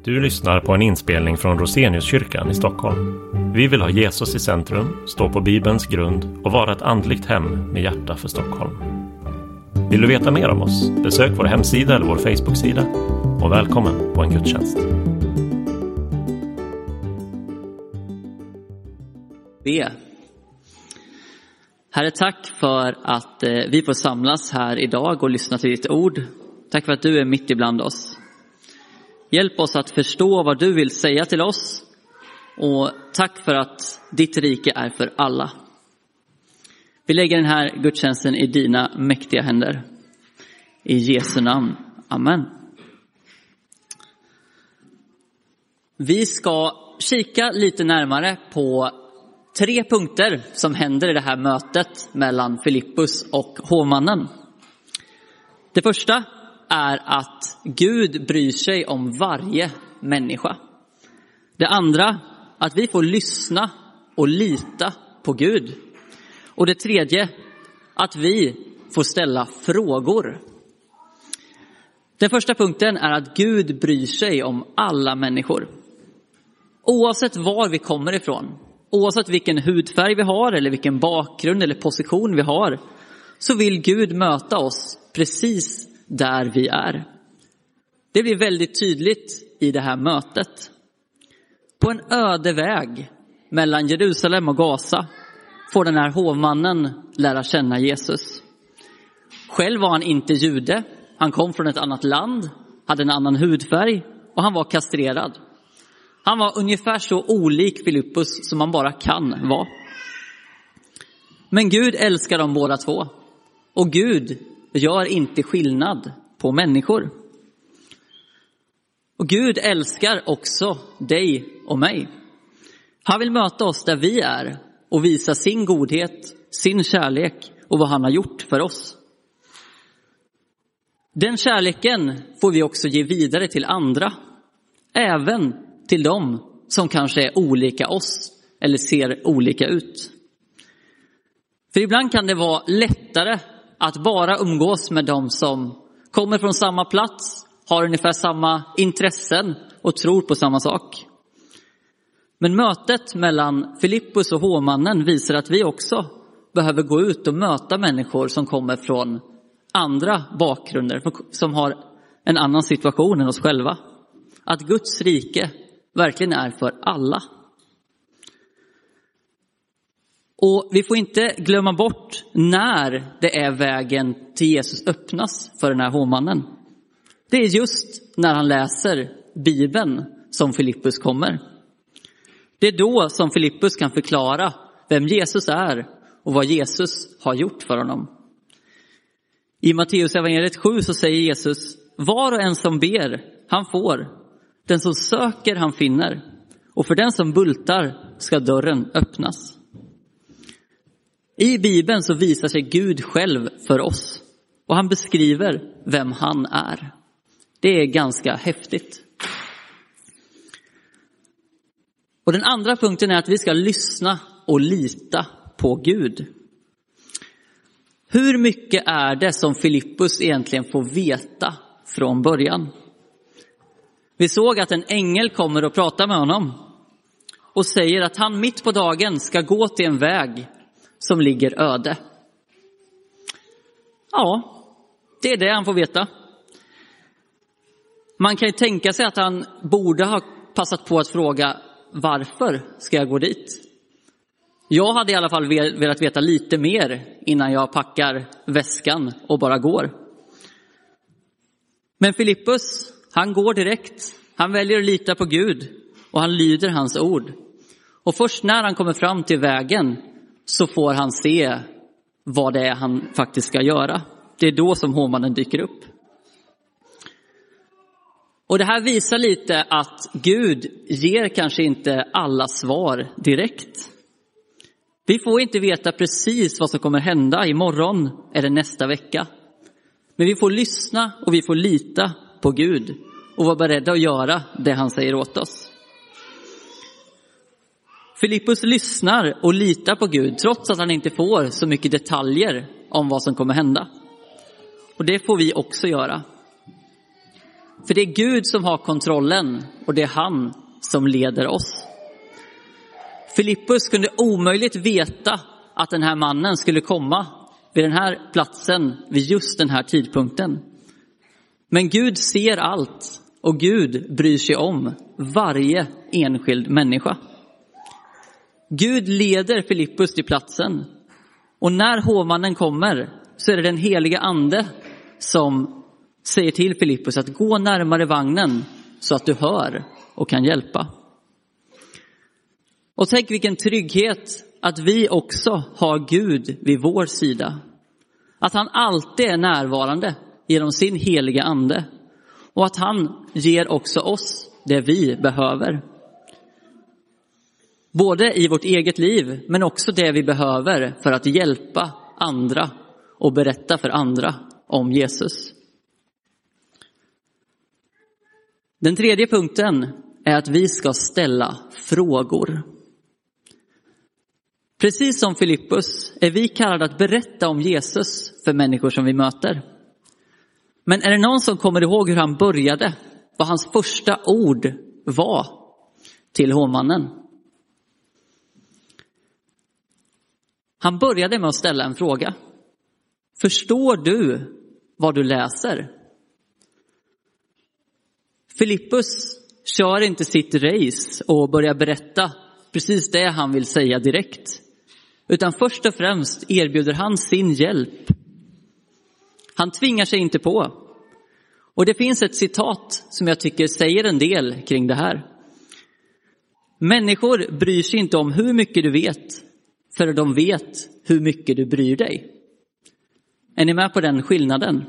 Du lyssnar på en inspelning från Roseniuskyrkan i Stockholm. Vi vill ha Jesus i centrum, stå på Bibelns grund och vara ett andligt hem med hjärta för Stockholm. Vill du veta mer om oss? Besök vår hemsida eller vår Facebook-sida. Och välkommen på en gudstjänst. Herre, tack för att vi får samlas här idag och lyssna till ditt ord. Tack för att du är mitt ibland oss. Hjälp oss att förstå vad du vill säga till oss. Och tack för att ditt rike är för alla. Vi lägger den här gudstjänsten i dina mäktiga händer. I Jesu namn. Amen. Vi ska kika lite närmare på 3 punkter som händer i det här mötet mellan Filippus och hovmannen. Det första är att Gud bryr sig om varje människa. Det andra, att vi får lyssna och lita på Gud. Och det tredje, att vi får ställa frågor. Den första punkten är att Gud bryr sig om alla människor. Oavsett var vi kommer ifrån, oavsett vilken hudfärg vi har eller vilken bakgrund eller position vi har, så vill Gud möta oss precis där vi är. Det blir väldigt tydligt i det här mötet. På en öde väg mellan Jerusalem och Gaza får den här hovmannen lära känna Jesus. Själv var han inte jude. Han kom från ett annat land, hade en annan hudfärg och han var kastrerad. Han var ungefär så olik Filippus som man bara kan vara. Men Gud älskar dem båda två. Och Gud gör inte skillnad på människor. Och Gud älskar också dig och mig. Han vill möta oss där vi är och visa sin godhet, sin kärlek och vad han har gjort för oss. Den kärleken får vi också ge vidare till andra. Även till dem som kanske är olika oss eller ser olika ut. För ibland kan det vara lättare att bara umgås med dem som kommer från samma plats, har ungefär samma intressen och tror på samma sak. Men mötet mellan Filippus och hovmannen visar att vi också behöver gå ut och möta människor som kommer från andra bakgrunder, som har en annan situation än oss själva. Att Guds rike verkligen är för alla. Och vi får inte glömma bort när det är vägen till Jesus öppnas för den här hovmannen. Det är just när han läser Bibeln som Filippus kommer. Det är då som Filippus kan förklara vem Jesus är och vad Jesus har gjort för honom. I Matteus evangeliet 7 så säger Jesus: var och en som ber, han får. Den som söker, han finner. Och för den som bultar ska dörren öppnas. I Bibeln så visar sig Gud själv för oss. Och han beskriver vem han är. Det är ganska häftigt. Och den andra punkten är att vi ska lyssna och lita på Gud. Hur mycket är det som Filippus egentligen får veta från början? Vi såg att en ängel kommer och pratar med honom och säger att han mitt på dagen ska gå till en väg som ligger öde. Ja, det är det han får veta. Man kan ju tänka sig att han borde ha passat på att fråga: varför ska jag gå dit? Jag hade i alla fall velat veta lite mer innan jag packar väskan och bara går. Men Filippus, han går direkt. Han väljer att lita på Gud och han lyder hans ord. Och först när han kommer fram till vägen så får han se vad det är han faktiskt ska göra. Det är då som hovmannen dyker upp. Och det här visar lite att Gud ger kanske inte alla svar direkt. Vi får inte veta precis vad som kommer hända imorgon eller nästa vecka. Men vi får lyssna och vi får lita på Gud och vara beredda att göra det han säger åt oss. Filippus lyssnar och litar på Gud trots att han inte får så mycket detaljer om vad som kommer hända. Och det får vi också göra. För det är Gud som har kontrollen och det är han som leder oss. Filippus kunde omöjligt veta att den här mannen skulle komma vid den här platsen vid just den här tidpunkten. Men Gud ser allt och Gud bryr sig om varje enskild människa. Gud leder Filippus till platsen. Och när hovmannen kommer så är det den heliga ande som säger till Filippus att gå närmare vagnen så att du hör och kan hjälpa. Och tänk vilken trygghet att vi också har Gud vid vår sida. Att han alltid är närvarande genom sin heliga ande. Och att han ger också oss det vi behöver. Både i vårt eget liv men också det vi behöver för att hjälpa andra och berätta för andra om Jesus. Den tredje punkten är att vi ska ställa frågor. Precis som Filippus är vi kallade att berätta om Jesus för människor som vi möter. Men är det någon som kommer ihåg hur han började? Vad hans första ord var till hovmannen? Han började med att ställa en fråga. Förstår du vad du läser? Filippus kör inte sitt race och börjar berätta precis det han vill säga direkt. Utan först och främst erbjuder han sin hjälp. Han tvingar sig inte på. Och det finns ett citat som jag tycker säger en del kring det här. Människor bryr sig inte om hur mycket du vet för de vet hur mycket du bryr dig. Är ni med på den skillnaden?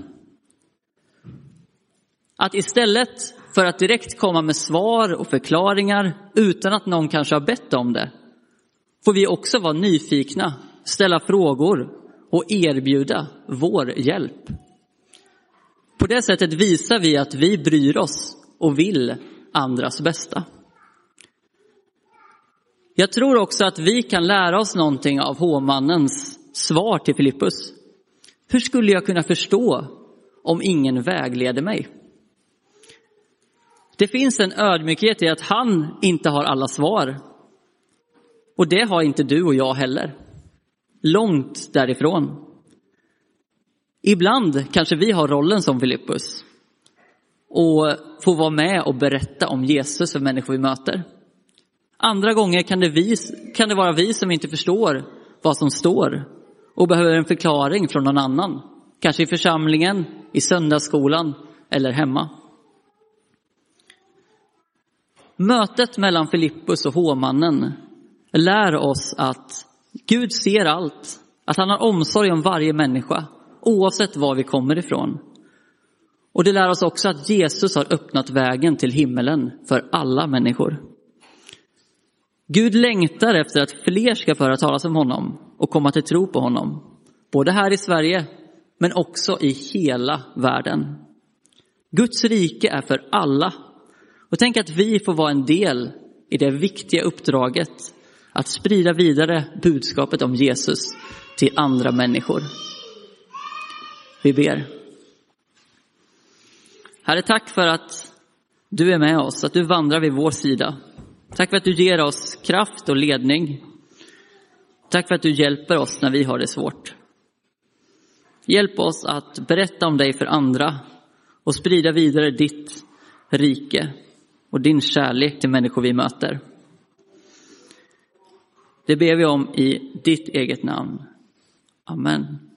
Att istället för att direkt komma med svar och förklaringar utan att någon kanske har bett om det, får vi också vara nyfikna, ställa frågor och erbjuda vår hjälp. På det sättet visar vi att vi bryr oss och vill andras bästa. Jag tror också att vi kan lära oss någonting av hovmannens svar till Filippus. Hur skulle jag kunna förstå om ingen vägleder mig? Det finns en ödmjukhet i att han inte har alla svar. Och det har inte du och jag heller. Långt därifrån. Ibland kanske vi har rollen som Filippus och får vara med och berätta om Jesus för människor vi möter. Andra gånger kan det vara vi som inte förstår vad som står och behöver en förklaring från någon annan. Kanske i församlingen, i söndagsskolan eller hemma. Mötet mellan Filippus och hovmannen lär oss att Gud ser allt. Att han har omsorg om varje människa oavsett var vi kommer ifrån. Och det lär oss också att Jesus har öppnat vägen till himmelen för alla människor. Gud längtar efter att fler ska föra talas om honom och komma till tro på honom. Både här i Sverige men också i hela världen. Guds rike är för alla. Och tänk att vi får vara en del i det viktiga uppdraget att sprida vidare budskapet om Jesus till andra människor. Vi ber. Herre, tack för att du är med oss, att du vandrar vid vår sida. Tack för att du ger oss kraft och ledning. Tack för att du hjälper oss när vi har det svårt. Hjälp oss att berätta om dig för andra och sprida vidare ditt rike och din kärlek till människor vi möter. Det ber vi om i ditt eget namn. Amen.